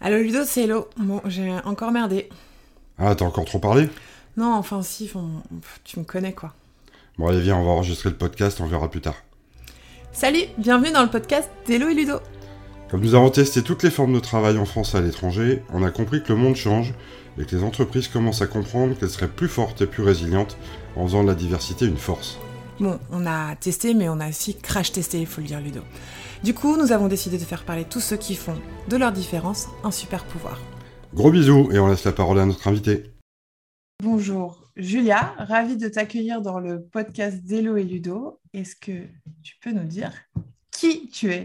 Allô Ludo, c'est Hello. Bon, j'ai encore merdé. Ah, t'as encore trop parlé? Non, enfin si, tu me connais quoi. Bon, allez, viens, on va enregistrer le podcast, on verra plus tard. Salut, bienvenue dans le podcast d'Hello et Ludo. Comme nous avons testé toutes les formes de travail en France et à l'étranger, on a compris que le monde change et que les entreprises commencent à comprendre qu'elles seraient plus fortes et plus résilientes en faisant de la diversité une force. Bon, on a testé, mais on a aussi crash testé, il faut le dire Ludo. Du coup, nous avons décidé de faire parler tous ceux qui font de leur différence un super pouvoir. Gros bisous et on laisse la parole à notre invité. Bonjour Julia, ravie de t'accueillir dans le podcast d'Hello et Ludo. Est-ce que tu peux nous dire qui tu es?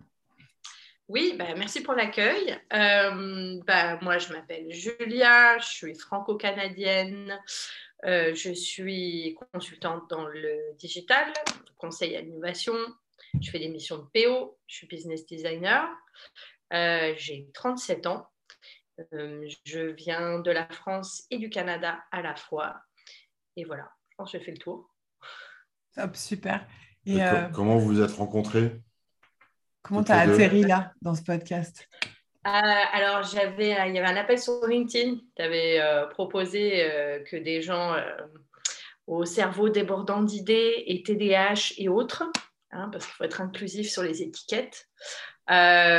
Oui, merci pour l'accueil. Moi, je m'appelle Julia, je suis franco-canadienne, je suis consultante dans le digital, conseil à l'innovation, je fais des missions de PO, je suis business designer, j'ai 37 ans, je viens de la France et du Canada à la fois. Et voilà, je pense que j'ai fait le tour. Top, super. Et comment vous vous êtes rencontrés? Comment Toutes tu as les deux. atterri là, dans ce podcast? Alors, il y avait un appel sur LinkedIn. Tu avais proposé que des gens au cerveau débordant d'idées et TDAH et autres, parce qu'il faut être inclusif sur les étiquettes. Tu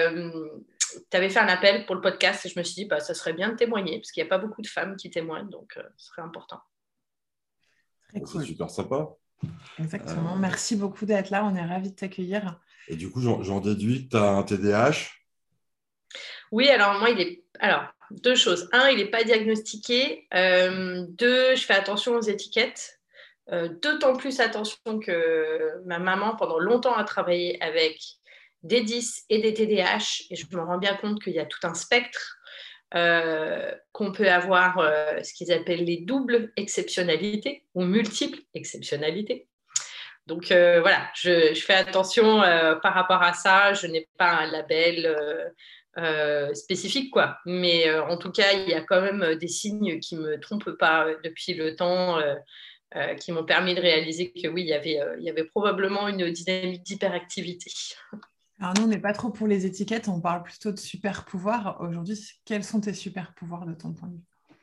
avais fait un appel pour le podcast et je me suis dit, ça serait bien de témoigner parce qu'il n'y a pas beaucoup de femmes qui témoignent, donc ce serait important. Très cool. C'est super sympa. Exactement. Merci beaucoup d'être là. On est ravis de t'accueillir. Et du coup, j'en déduis que tu as un TDAH. Oui, alors moi, deux choses. Un, il n'est pas diagnostiqué. Deux, je fais attention aux étiquettes. D'autant plus attention que ma maman, pendant longtemps, a travaillé avec des 10 et des TDAH. Et je me rends bien compte qu'il y a tout un spectre, qu'on peut avoir ce qu'ils appellent les doubles exceptionnalités ou multiples exceptionnalités. Donc voilà, je fais attention par rapport à ça. Je n'ai pas un label spécifique, quoi. Mais en tout cas, il y a quand même des signes qui ne me trompent pas depuis le temps, qui m'ont permis de réaliser que oui, il y avait probablement une dynamique d'hyperactivité. Alors nous, on n'est pas trop pour les étiquettes, on parle plutôt de super pouvoirs. Aujourd'hui, quels sont tes super pouvoirs de ton point de vue?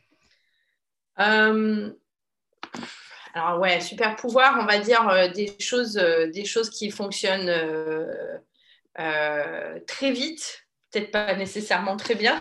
Alors ouais, super pouvoir, on va dire des choses qui fonctionnent très vite, peut-être pas nécessairement très bien.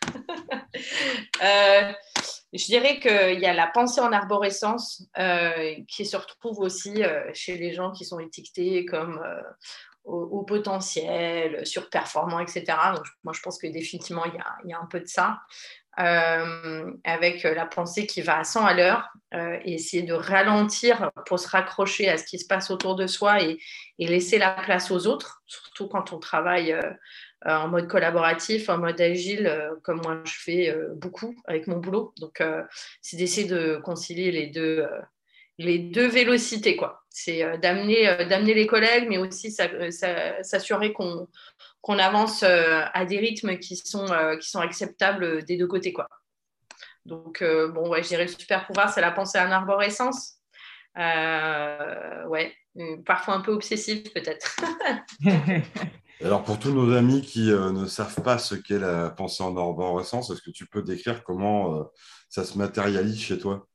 Je dirais qu'il y a la pensée en arborescence qui se retrouve aussi chez les gens qui sont étiquetés comme au potentiel, surperformant, etc. Donc, moi, je pense que définitivement, il y a un peu de ça. Avec la pensée qui va à 100 à l'heure et essayer de ralentir pour se raccrocher à ce qui se passe autour de soi et laisser la place aux autres, surtout quand on travaille en mode collaboratif, en mode agile, comme moi je fais beaucoup avec mon boulot. Donc, c'est d'essayer de concilier les deux vélocités, quoi. C'est d'amener les collègues, mais aussi s'assurer qu'on avance à des rythmes qui sont acceptables des deux côtés, quoi. Donc, ouais, je dirais le super pouvoir, c'est la pensée en arborescence. Ouais, parfois un peu obsessive, peut-être. Alors, pour tous nos amis qui ne savent pas ce qu'est la pensée en arborescence, est-ce que tu peux décrire comment ça se matérialise chez toi?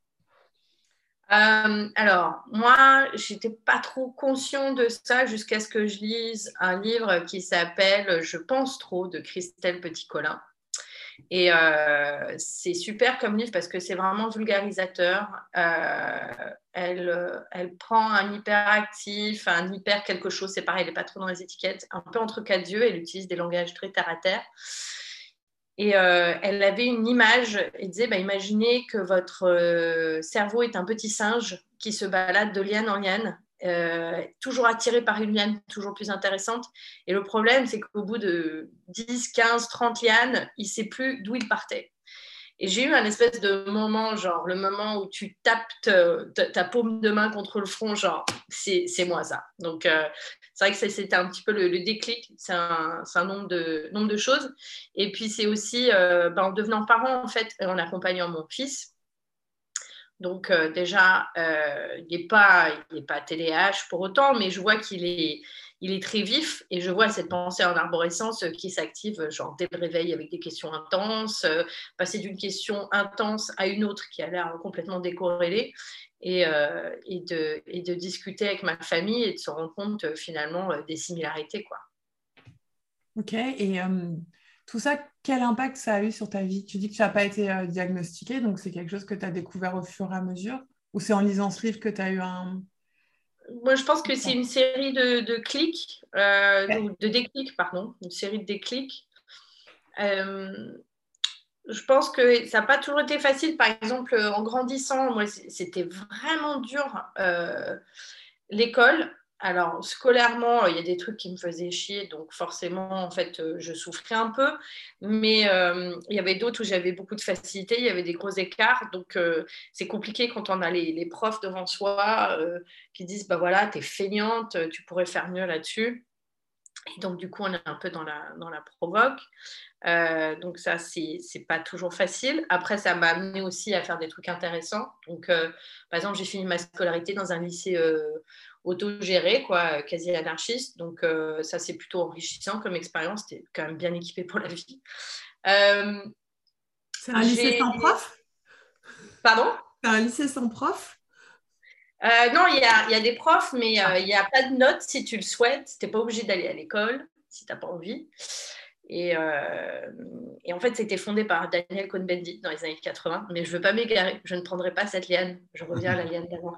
Alors, moi, j'étais pas trop conscient de ça jusqu'à ce que je lise un livre qui s'appelle Je pense trop de Christelle Petit-Colin. Et c'est super comme livre parce que c'est vraiment vulgarisateur. Elle prend un hyperactif, un hyper quelque chose, c'est pareil, elle n'est pas trop dans les étiquettes, un peu entre quatre yeux, elle utilise des langages très terre à terre. Et elle avait une image, elle disait, imaginez que votre cerveau est un petit singe qui se balade de liane en liane, toujours attiré par une liane toujours plus intéressante. Et le problème, c'est qu'au bout de 10, 15, 30 lianes, il ne sait plus d'où il partait. Et j'ai eu un espèce de moment, genre le moment où tu tapes ta paume de main contre le front, genre c'est moi ça. Donc c'est vrai que c'était un petit peu le déclic, c'est un nombre de choses. Et puis c'est aussi en devenant parent en fait, en accompagnant mon fils. Donc déjà, il n'est pas TDAH pour autant, mais je vois qu'il est il est très vif et je vois cette pensée en arborescence qui s'active genre dès le réveil avec des questions intenses, passer d'une question intense à une autre qui a l'air complètement décorrélée et de discuter avec ma famille et de se rendre compte finalement des similarités, quoi. Ok, et tout ça, quel impact ça a eu sur ta vie? Tu dis que tu n'as pas été diagnostiqué, donc c'est quelque chose que tu as découvert au fur et à mesure? Ou c'est en lisant ce livre que tu as eu un... Moi, je pense que c'est une série de clics, de déclics, pardon, une série de déclics. Je pense que ça n'a pas toujours été facile. Par exemple, en grandissant, moi, c'était vraiment dur l'école. Alors, scolairement, il y a des trucs qui me faisaient chier, donc forcément, en fait, je souffrais un peu. Mais il y avait d'autres où j'avais beaucoup de facilité, il y avait des gros écarts. Donc, c'est compliqué quand on a les profs devant soi qui disent, bah voilà, t'es feignante, tu pourrais faire mieux là-dessus. Et donc, du coup, on est un peu dans la provoque. Donc ça, c'est pas toujours facile. Après, ça m'a amené aussi à faire des trucs intéressants. Donc, par exemple, j'ai fini ma scolarité dans un lycée autogéré, quoi, quasi anarchiste. Donc, ça, c'est plutôt enrichissant comme expérience. C'était quand même bien équipé pour la vie. C'est un lycée sans prof? Pardon? C'est un lycée sans prof? Non, il y a des profs, mais il n'y a pas de notes si tu le souhaites. Tu n'es pas obligé d'aller à l'école si tu n'as pas envie. Et en fait, c'était fondé par Daniel Cohn-Bendit dans les années 80. Mais je ne veux pas m'égarer. Je ne prendrai pas cette liane. Je reviens à la liane d'avant.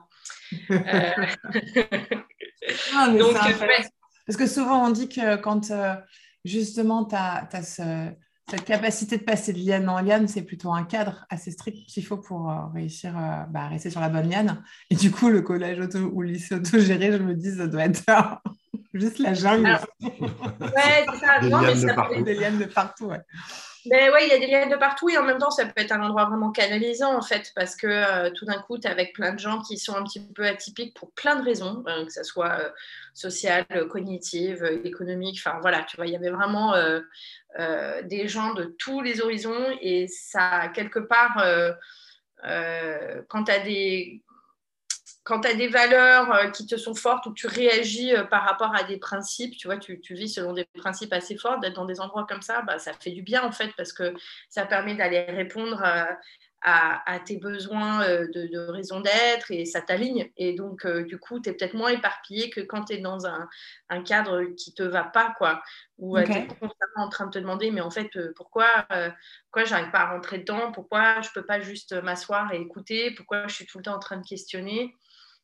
Donc, parce que souvent, on dit que quand justement, tu as cette capacité de passer de liane en liane, c'est plutôt un cadre assez strict qu'il faut pour réussir à rester sur la bonne liane. Et du coup, le collège ou le lycée autogéré, je me dis, ça doit être juste la jungle. Alors, ouais, c'est ça. Des lianes de partout. Des lianes de partout, ouais. Ben ouais, il y a des lianes de partout et en même temps, ça peut être un endroit vraiment canalisant en fait, parce que tout d'un coup, tu es avec plein de gens qui sont un petit peu atypiques pour plein de raisons, que ce soit sociale, cognitive, économique, enfin voilà, tu vois, il y avait vraiment des gens de tous les horizons et ça, quelque part, quand tu as des valeurs qui te sont fortes ou tu réagis par rapport à des principes, tu vois, tu vis selon des principes assez forts, d'être dans des endroits comme ça, bah, ça fait du bien en fait parce que ça permet d'aller répondre à tes besoins de raison d'être et ça t'aligne. Et donc, du coup, tu es peut-être moins éparpillé que quand tu es dans un cadre qui ne te va pas, quoi, où tu es constamment en train de te demander, mais en fait, pourquoi j'arrive pas à rentrer dedans, pourquoi je ne peux pas juste m'asseoir et écouter, pourquoi je suis tout le temps en train de questionner.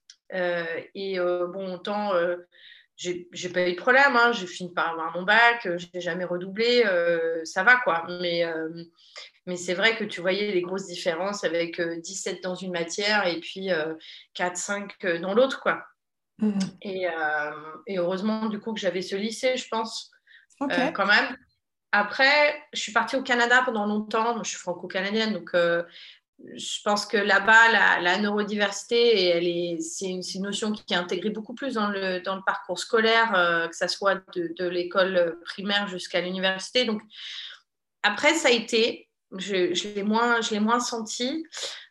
Bon, autant j'ai pas eu de problème, hein, j'ai fini par avoir mon bac, je n'ai jamais redoublé, ça va quoi. Mais c'est vrai que tu voyais les grosses différences avec 17 dans une matière et puis 4-5 dans l'autre, quoi. Et heureusement, du coup, que j'avais ce lycée, je pense, quand même. Après, je suis partie au Canada pendant longtemps. Moi, je suis franco-canadienne, donc je pense que là-bas, la neurodiversité, c'est une notion qui est intégrée beaucoup plus dans le parcours scolaire, que ça soit de l'école primaire jusqu'à l'université. Donc, après, ça a été, je l'ai moins senti.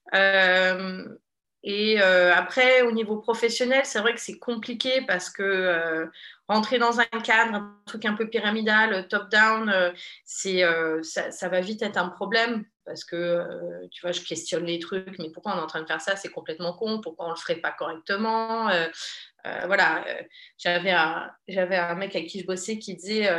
Après, au niveau professionnel, c'est vrai que c'est compliqué parce que rentrer dans un cadre, un truc un peu pyramidal, top-down, ça va vite être un problème parce que, tu vois, je questionne les trucs, mais pourquoi on est en train de faire ça? C'est complètement con, pourquoi on ne le ferait pas correctement? Voilà, j'avais un mec avec qui je bossais qui disait...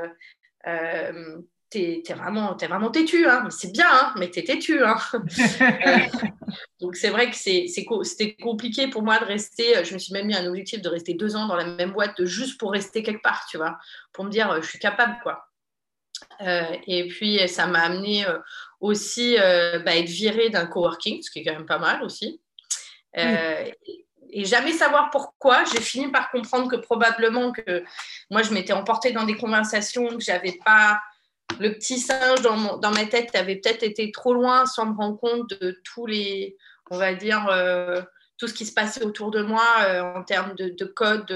t'es vraiment têtu, hein. Mais c'est bien, hein, mais t'es têtu. Hein. Donc, c'est vrai que c'était compliqué pour moi de rester. Je me suis même mis un objectif de rester 2 ans dans la même boîte juste pour rester quelque part, tu vois, pour me dire je suis capable, quoi. Et puis, ça m'a amené aussi être virée d'un coworking, ce qui est quand même pas mal aussi. Et jamais savoir pourquoi, j'ai fini par comprendre que probablement que moi, je m'étais emportée dans des conversations que j'avais pas... Le petit singe dans ma tête avait peut-être été trop loin sans me rendre compte de tous les, on va dire, tout ce qui se passait autour de moi en termes de code,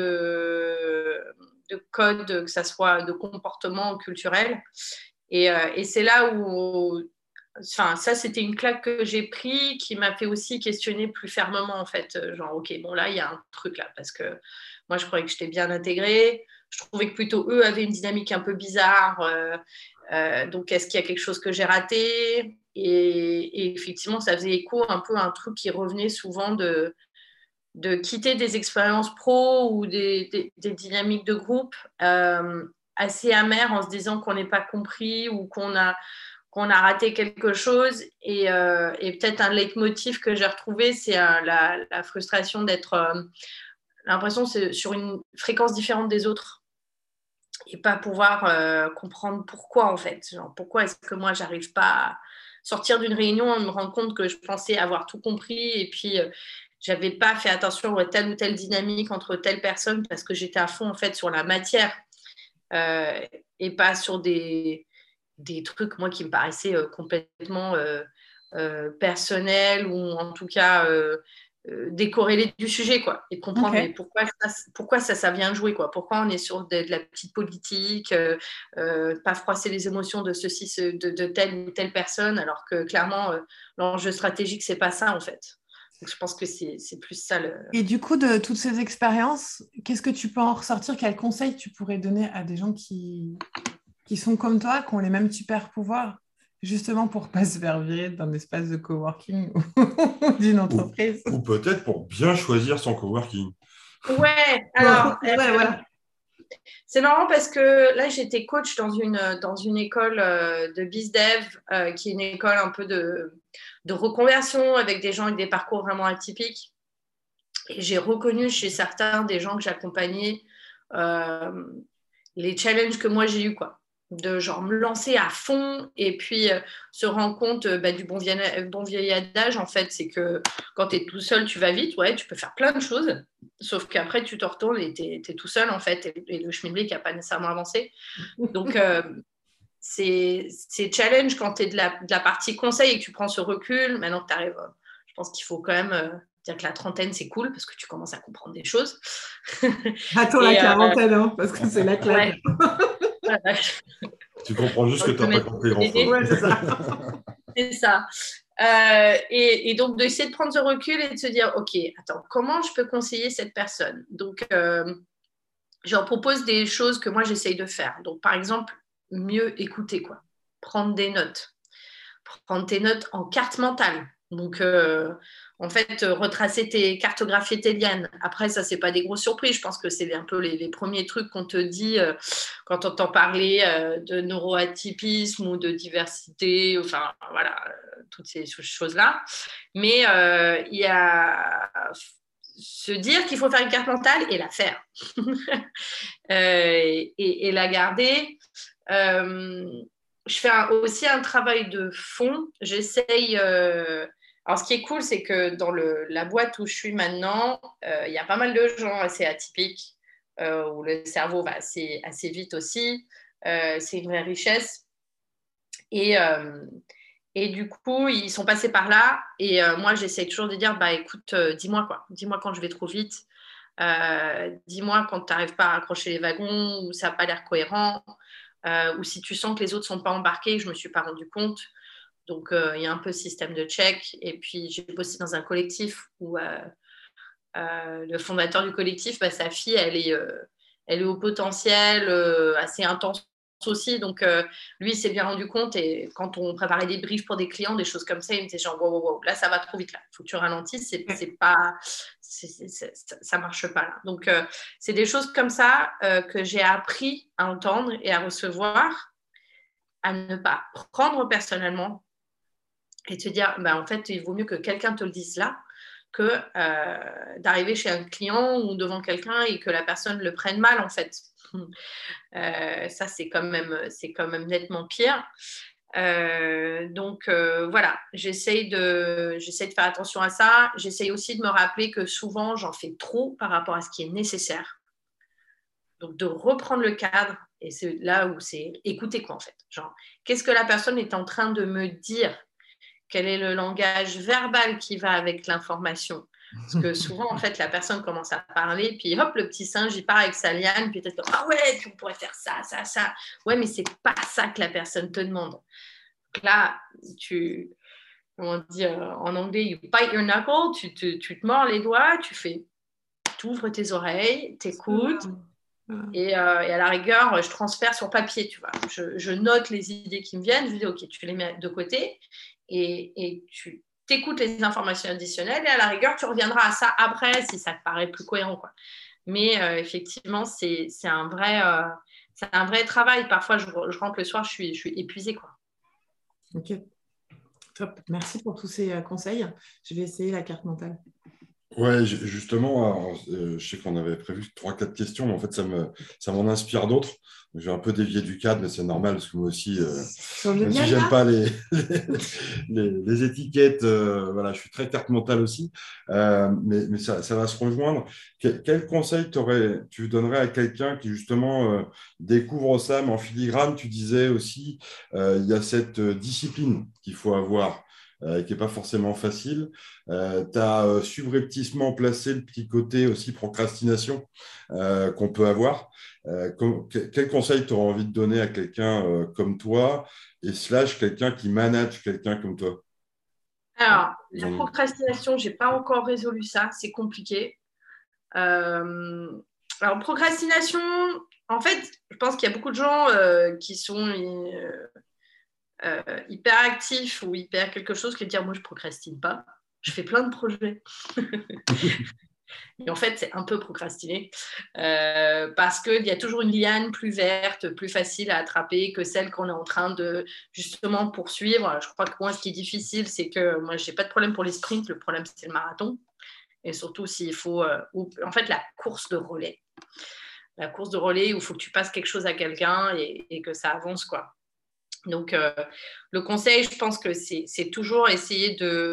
que ça soit de comportement culturel. Et c'est là où, enfin, ça, c'était une claque que j'ai pris qui m'a fait aussi questionner plus fermement, en fait. Genre, OK, bon, là, il y a un truc là, parce que moi, je croyais que j'étais bien intégrée. je trouvais que plutôt eux avaient une dynamique un peu bizarre. Donc, est-ce qu'il y a quelque chose que j'ai raté? Et effectivement, ça faisait écho un peu à un truc qui revenait souvent de quitter des expériences pro ou des dynamiques de groupe assez amères en se disant qu'on n'est pas compris ou qu'on a raté quelque chose. Et peut-être un leitmotiv que j'ai retrouvé, c'est la frustration d'être l'impression c'est sur une fréquence différente des autres et pas pouvoir comprendre pourquoi en fait. Genre, pourquoi est-ce que moi j'arrive pas à sortir d'une réunion et me rendre compte que je pensais avoir tout compris et puis j'avais pas fait attention à telle ou telle dynamique entre telle personne parce que j'étais à fond en fait sur la matière et pas sur des trucs moi qui me paraissaient complètement personnels ou en tout cas décorrélés du sujet quoi, et de comprendre mais pourquoi ça vient jouer quoi, pourquoi on est sur de la petite politique, pas froisser les émotions de de telle ou telle personne alors que clairement l'enjeu stratégique c'est pas ça en fait. Donc je pense que c'est plus ça le... Et du coup, de toutes ces expériences, qu'est-ce que tu peux en ressortir? Quels conseils tu pourrais donner à des gens qui sont comme toi, qui ont les mêmes super pouvoirs, justement pour ne pas se faire virer d'un espace de coworking ou d'une entreprise? Ou peut-être pour bien choisir son coworking. Ouais, alors... Ouais, voilà. C'est marrant parce que là, j'étais coach dans une école de BizDev, qui est une école un peu de reconversion avec des gens avec des parcours vraiment atypiques. Et j'ai reconnu chez certains des gens que j'accompagnais les challenges que moi j'ai eu quoi. De genre me lancer à fond et puis se rendre compte du bon vieil adage en fait, c'est que quand tu es tout seul, tu vas vite, ouais, tu peux faire plein de choses, sauf qu'après tu te retournes et tu es tout seul en fait, et le schmilblick n'a pas nécessairement avancé. Donc c'est challenge quand tu es de la partie conseil et que tu prends ce recul, maintenant que tu arrives, je pense qu'il faut quand même dire que la trentaine c'est cool parce que tu commences à comprendre des choses. Attends la quarantaine, hein, parce que c'est la claque. Ouais. Tu comprends juste que tu n'as pas compris grand-chose. Ouais, c'est ça. C'est ça. Et donc, d'essayer de prendre ce recul et de se dire, OK, attends, comment je peux conseiller cette personne? Donc, j'en propose des choses que moi, j'essaye de faire. Donc, par exemple, mieux écouter, quoi. Prendre des notes. Prendre tes notes en carte mentale. Donc, en fait, cartographier tes lianes. Après, ça, c'est pas des grosses surprises. Je pense que c'est un peu les premiers trucs qu'on te dit quand on entend parler de neuroatypisme ou de diversité, enfin, voilà, toutes ces choses-là. Mais il y a se dire qu'il faut faire une carte mentale et la faire. Et la garder. Je fais aussi un travail de fond. J'essaye... Alors, ce qui est cool, c'est que dans la boîte où je suis maintenant, il y a pas mal de gens assez atypiques, où le cerveau va assez vite aussi. C'est une vraie richesse. Et du coup, ils sont passés par là. Et moi, j'essaye toujours de dire, écoute, dis-moi quoi. Dis-moi quand je vais trop vite. Dis-moi quand tu n'arrives pas à accrocher les wagons ou ça n'a pas l'air cohérent. Ou si tu sens que les autres ne sont pas embarqués, je ne me suis pas rendu compte. Donc, il y a un peu système de check. Et puis, j'ai bossé dans un collectif où le fondateur du collectif, sa fille, elle est au potentiel assez intense aussi. Donc, lui, il s'est bien rendu compte. Et quand on préparait des briefs pour des clients, des choses comme ça, il me disait genre, wow, là, ça va trop vite. Là. Il faut que tu ralentisses. Ça marche pas là. Donc, c'est des choses comme ça que j'ai appris à entendre et à recevoir, à ne pas prendre personnellement et te dire, en fait, il vaut mieux que quelqu'un te le dise là que d'arriver chez un client ou devant quelqu'un et que la personne le prenne mal, en fait. Ça, c'est quand même nettement pire. Donc, voilà, j'essaye de faire attention à ça. J'essaye aussi de me rappeler que souvent, j'en fais trop par rapport à ce qui est nécessaire. Donc, de reprendre le cadre, et c'est là où c'est écouter quoi, en fait. Genre, qu'est-ce que la personne est en train de me dire? Quel est le langage verbal qui va avec l'information? Parce que souvent, en fait, la personne commence à parler, puis hop, le petit singe, il part avec sa liane, puis peut-être, ah ouais, puis on pourrait faire ça, ça, ça. Ouais, mais c'est pas ça que la personne te demande. Donc là, comment dire, en anglais, you bite your knuckle, tu te mords les doigts, tu ouvres tes oreilles, t'écoutes, Et à la rigueur, je transfère sur papier, tu vois. Je note les idées qui me viennent, je dis ok, tu les mets de côté et tu t'écoutes les informations additionnelles et à la rigueur, tu reviendras à ça après si ça te paraît plus cohérent, quoi. Mais effectivement, c'est un vrai travail. Parfois, je rentre le soir, je suis épuisée, quoi. Ok, top. Merci pour tous ces conseils. Je vais essayer la carte mentale. Ouais, justement, alors, je sais qu'on avait prévu 3-4 questions, mais en fait, ça m'en inspire d'autres. Je vais un peu dévier du cadre, mais c'est normal, parce que moi aussi, même si j'aime pas les étiquettes, voilà, je suis très carte mentale aussi, mais ça va se rejoindre. Quel conseil tu donnerais à quelqu'un qui, justement, découvre ça, mais en filigrane, tu disais aussi, il y a cette discipline qu'il faut avoir, qui n'est pas forcément facile. Tu as subrepticement placé le petit côté aussi procrastination qu'on peut avoir. Quel conseil tu aurais envie de donner à quelqu'un comme toi et / quelqu'un qui manage quelqu'un comme toi? Alors, la procrastination, je n'ai pas encore résolu ça, c'est compliqué. Alors, procrastination, en fait, je pense qu'il y a beaucoup de gens qui sont hyper actifs ou hyper quelque chose qui dire moi, je ne procrastine pas. Je fais plein de projets. Et en fait, c'est un peu procrastiné parce qu'il y a toujours une liane plus verte, plus facile à attraper que celle qu'on est en train de justement poursuivre. Je crois que moi, ce qui est difficile, c'est que moi, je n'ai pas de problème pour les sprints. Le problème, c'est le marathon. Et surtout, s'il faut... en fait, la course de relais. La course de relais où il faut que tu passes quelque chose à quelqu'un et que ça avance, quoi. Donc, le conseil, je pense que c'est toujours essayer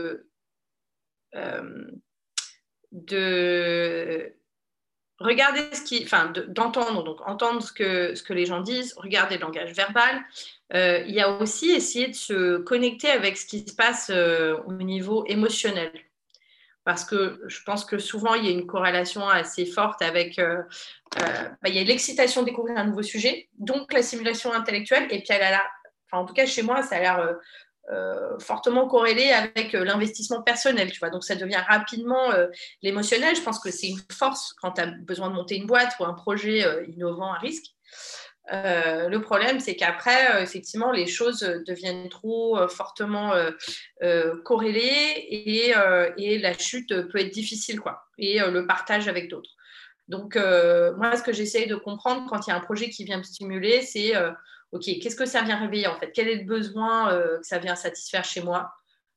de regarder d'entendre, donc entendre ce que les gens disent, regarder le langage verbal. Il y a aussi essayer de se connecter avec ce qui se passe au niveau émotionnel. Parce que je pense que souvent, il y a une corrélation assez forte avec... il y a l'excitation de découvrir un nouveau sujet, donc la simulation intellectuelle, et puis en tout cas chez moi, ça a l'air fortement corrélé avec l'investissement personnel, tu vois. Donc, ça devient rapidement l'émotionnel. Je pense que c'est une force quand tu as besoin de monter une boîte ou un projet innovant à risque. Le problème, c'est qu'après, effectivement, les choses deviennent trop fortement corrélées et la chute peut être difficile, quoi. Et le partage avec d'autres. Donc, moi, ce que j'essaye de comprendre quand il y a un projet qui vient me stimuler, c'est OK, qu'est-ce que ça vient réveiller en fait? Quel est le besoin que ça vient satisfaire chez moi?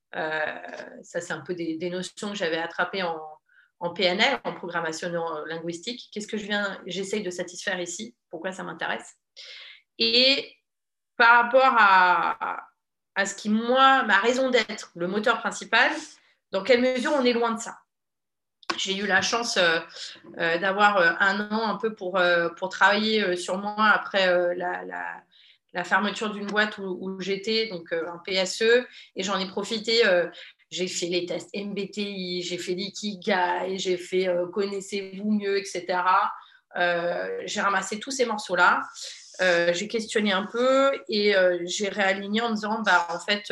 Ça, c'est un peu des notions que j'avais attrapées en PNL, en programmation linguistique. Qu'est-ce que j'essaye de satisfaire ici? Pourquoi ça m'intéresse? Et par rapport à ce qui, moi, ma raison d'être, le moteur principal, dans quelle mesure on est loin de ça? J'ai eu la chance d'avoir un an un peu pour travailler sur moi après la fermeture d'une boîte où j'étais, donc un PSE, et j'en ai profité. J'ai fait les tests MBTI, j'ai fait l'Ikigai, j'ai fait connaissez-vous mieux, etc. J'ai ramassé tous ces morceaux-là. J'ai questionné un peu et j'ai réaligné en me disant, en fait,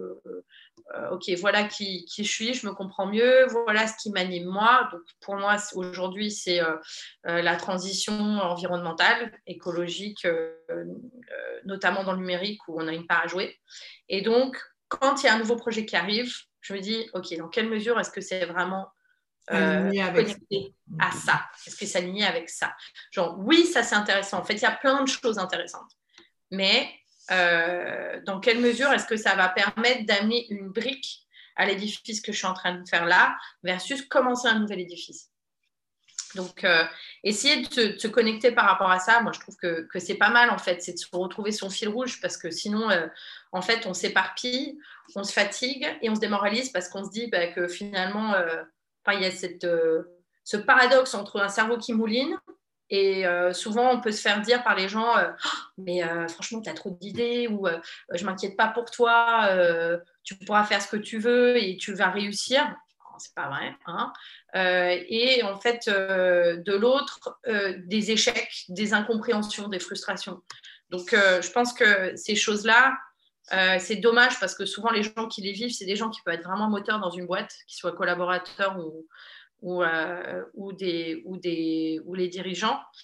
ok, voilà qui je suis, je me comprends mieux, voilà ce qui m'anime moi. Donc pour moi, aujourd'hui, c'est la transition environnementale, écologique, notamment dans le numérique où on a une part à jouer. Et donc, quand il y a un nouveau projet qui arrive, je me dis, ok, dans quelle mesure est-ce que c'est vraiment connecté à ça? Est-ce que c'est aligné avec ça? Genre, oui, ça c'est intéressant. En fait, il y a plein de choses intéressantes. Mais dans quelle mesure est-ce que ça va permettre d'amener une brique à l'édifice que je suis en train de faire là versus commencer un nouvel édifice? Donc, essayer de se connecter par rapport à ça, moi, je trouve que c'est pas mal, en fait, c'est de se retrouver son fil rouge parce que sinon, en fait, on s'éparpille, on se fatigue et on se démoralise parce qu'on se dit que finalement, il y a ce paradoxe entre un cerveau qui mouline et souvent, on peut se faire dire par les gens mais franchement, tu as trop d'idées ou je ne m'inquiète pas pour toi, tu pourras faire ce que tu veux et tu vas réussir. C'est pas vrai, hein. Et en fait, de l'autre, des échecs, des incompréhensions, des frustrations. Donc, je pense que ces choses-là, c'est dommage parce que souvent, les gens qui les vivent, c'est des gens qui peuvent être vraiment moteurs dans une boîte, qu'ils soient collaborateurs ou les dirigeants.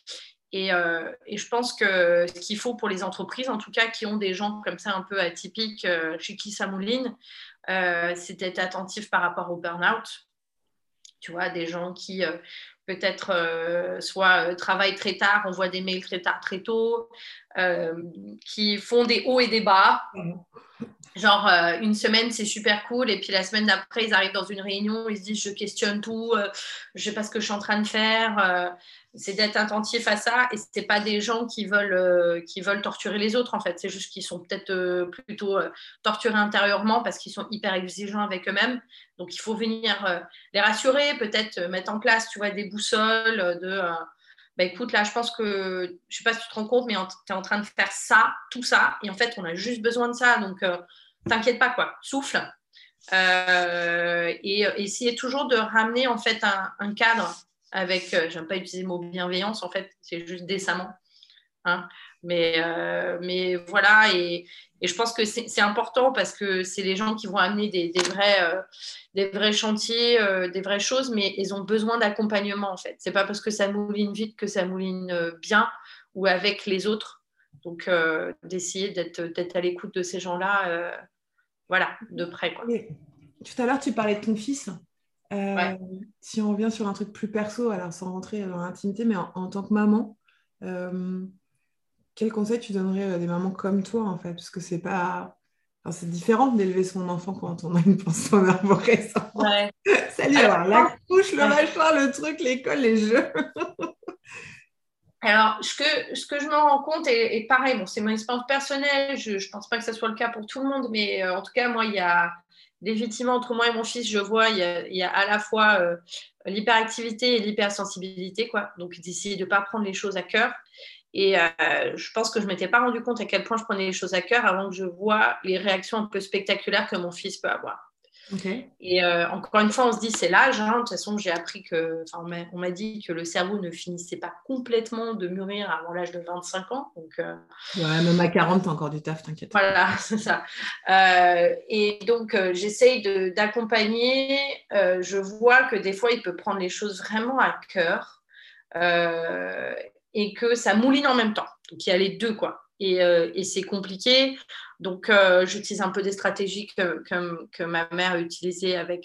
Et je pense que ce qu'il faut pour les entreprises, en tout cas, qui ont des gens comme ça un peu atypiques, chez qui ça mouline, c'est d'être attentif par rapport au burn-out. Tu vois, des gens qui peut-être soit travaillent très tard, on voit des mails très tard, très tôt, qui font des hauts et des bas. Genre, une semaine, c'est super cool, et puis la semaine d'après, ils arrivent dans une réunion, ils se disent, je questionne tout, je sais pas ce que je suis en train de faire. C'est d'être attentif à ça, et c'est pas des gens qui veulent torturer les autres, en fait. C'est juste qu'ils sont peut-être plutôt torturés intérieurement parce qu'ils sont hyper exigeants avec eux-mêmes. Donc, il faut venir les rassurer, peut-être mettre en place, tu vois, des boussoles de... bah écoute, là, je pense que, je sais pas si tu te rends compte, mais tu es en train de faire ça, tout ça, et en fait, on a juste besoin de ça, donc t'inquiète pas, quoi, souffle. Et essayer toujours de ramener, en fait, un cadre avec, j'aime pas utiliser le mot bienveillance, en fait, c'est juste décemment. Hein. Mais voilà, et je pense que c'est important parce que c'est les gens qui vont amener des vrais chantiers, des vraies choses, mais ils ont besoin d'accompagnement, en fait. C'est pas parce que ça mouline vite que ça mouline bien ou avec les autres. Donc, d'essayer d'être à l'écoute de ces gens-là, voilà, de près, quoi. Tout à l'heure, tu parlais de ton fils. Ouais. Si on revient sur un truc plus perso, alors sans rentrer dans l'intimité, mais en tant que maman, quel conseil tu donnerais à des mamans comme toi, en fait? Parce que c'est pas... Enfin, c'est différent d'élever son enfant quand on a une pension arborescente. Ouais. Salut, alors la couche, le machin, le truc, l'école, les jeux. Alors, ce que je me rends compte, et pareil, bon, c'est mon expérience personnelle, je ne pense pas que ça soit le cas pour tout le monde, mais en tout cas, moi, il y a définitivement entre moi et mon fils, je vois, il y a à la fois l'hyperactivité et l'hypersensibilité, quoi. Donc, d'essayer de ne pas prendre les choses à cœur. Et je pense que je ne m'étais pas rendu compte à quel point je prenais les choses à cœur avant que je vois les réactions un peu spectaculaires que mon fils peut avoir. Okay. Et encore une fois, on se dit c'est l'âge. Hein. De toute façon, j'ai appris que, on m'a dit que le cerveau ne finissait pas complètement de mûrir avant l'âge de 25 ans. Donc, ouais, même à 40, t'as encore du taf, t'inquiète. Voilà, c'est ça. Et donc, j'essaye d'accompagner. Je vois que des fois, il peut prendre les choses vraiment à cœur et que ça mouline en même temps. Donc, il y a les deux, quoi. Et c'est compliqué. Donc, j'utilise un peu des stratégies que ma mère utilisait avec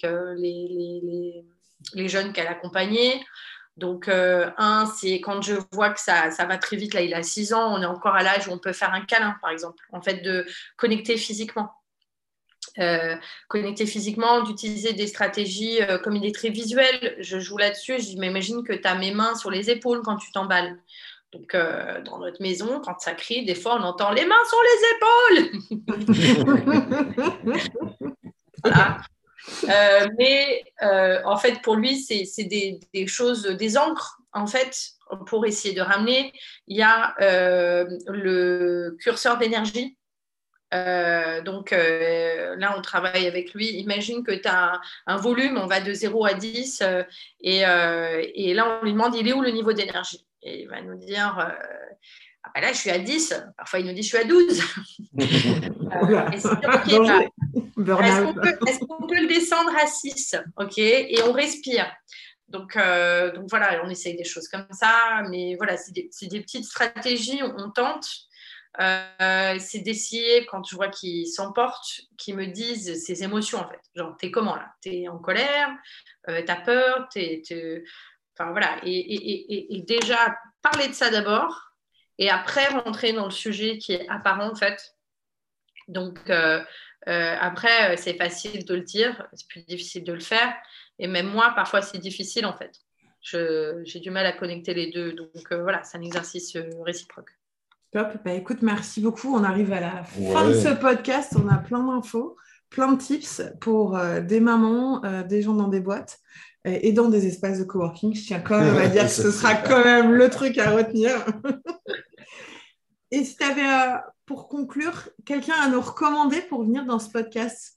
les jeunes qu'elle accompagnait. Donc, c'est quand je vois que ça va très vite, là, il a 6 ans, on est encore à l'âge où on peut faire un câlin, par exemple. En fait, de connecter physiquement. Connecter physiquement, d'utiliser des stratégies, comme il est très visuel, je joue là-dessus, je m'imagine que tu as mes mains sur les épaules quand tu t'emballes. Donc, dans notre maison, quand ça crie, des fois, on entend les mains sur les épaules. Voilà. Mais en fait, pour lui, c'est des choses, des encres, en fait, pour essayer de ramener. Il y a le curseur d'énergie. Donc là, on travaille avec lui. Imagine que tu as un volume, on va de 0 à 10, et là, on lui demande, il est où le niveau d'énergie? Et il va nous dire, ah ben là, je suis à 10. Parfois, il nous dit, je suis à 12. Et c'est okay, est-ce qu'on peut le descendre à 6? OK, et on respire. Donc voilà, on essaye des choses comme ça. Mais voilà, c'est des petites stratégies, on tente. C'est d'essayer, quand je vois qu'ils s'emportent, qu'ils me disent ses émotions, en fait. Genre, t'es comment, là? T'es en colère? T'as peur? Enfin, voilà. Et déjà, parler de ça d'abord, et après, rentrer dans le sujet qui est apparent, en fait. Donc, après, c'est facile de le dire, c'est plus difficile de le faire. Et même moi, parfois, c'est difficile, en fait. J'ai du mal à connecter les deux. Donc, voilà, c'est un exercice réciproque. Top. Bah, écoute, merci beaucoup. On arrive à la fin de ce podcast. On a plein d'infos, plein de tips pour des mamans, des gens dans des boîtes et dans des espaces de coworking. Je tiens quand même à dire que ce sera quand même le truc à retenir. Et si tu avais, pour conclure, quelqu'un à nous recommander pour venir dans ce podcast?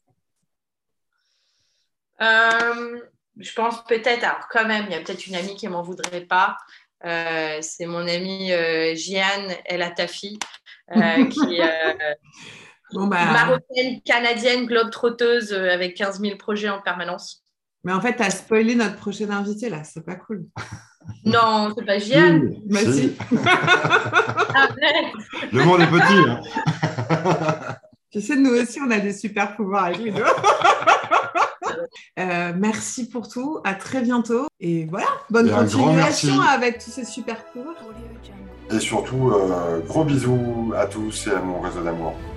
Je pense peut-être, alors quand même, il y a peut-être une amie qui ne m'en voudrait pas. C'est mon amie Jeanne El Atafi, qui est marocaine, canadienne, globe-trotteuse avec 15 000 projets en permanence. Mais en fait, tu as spoilé notre prochaine invitée là, c'est pas cool. Non, c'est pas Jeanne. Si. Arrête. Le monde est petit. Tu sais, nous aussi, on a des super pouvoirs avec les deux. Merci pour tout. À très bientôt. Et voilà, bonne continuation avec tous ces super pouvoirs. Et surtout, gros bisous à tous et à mon réseau d'amour.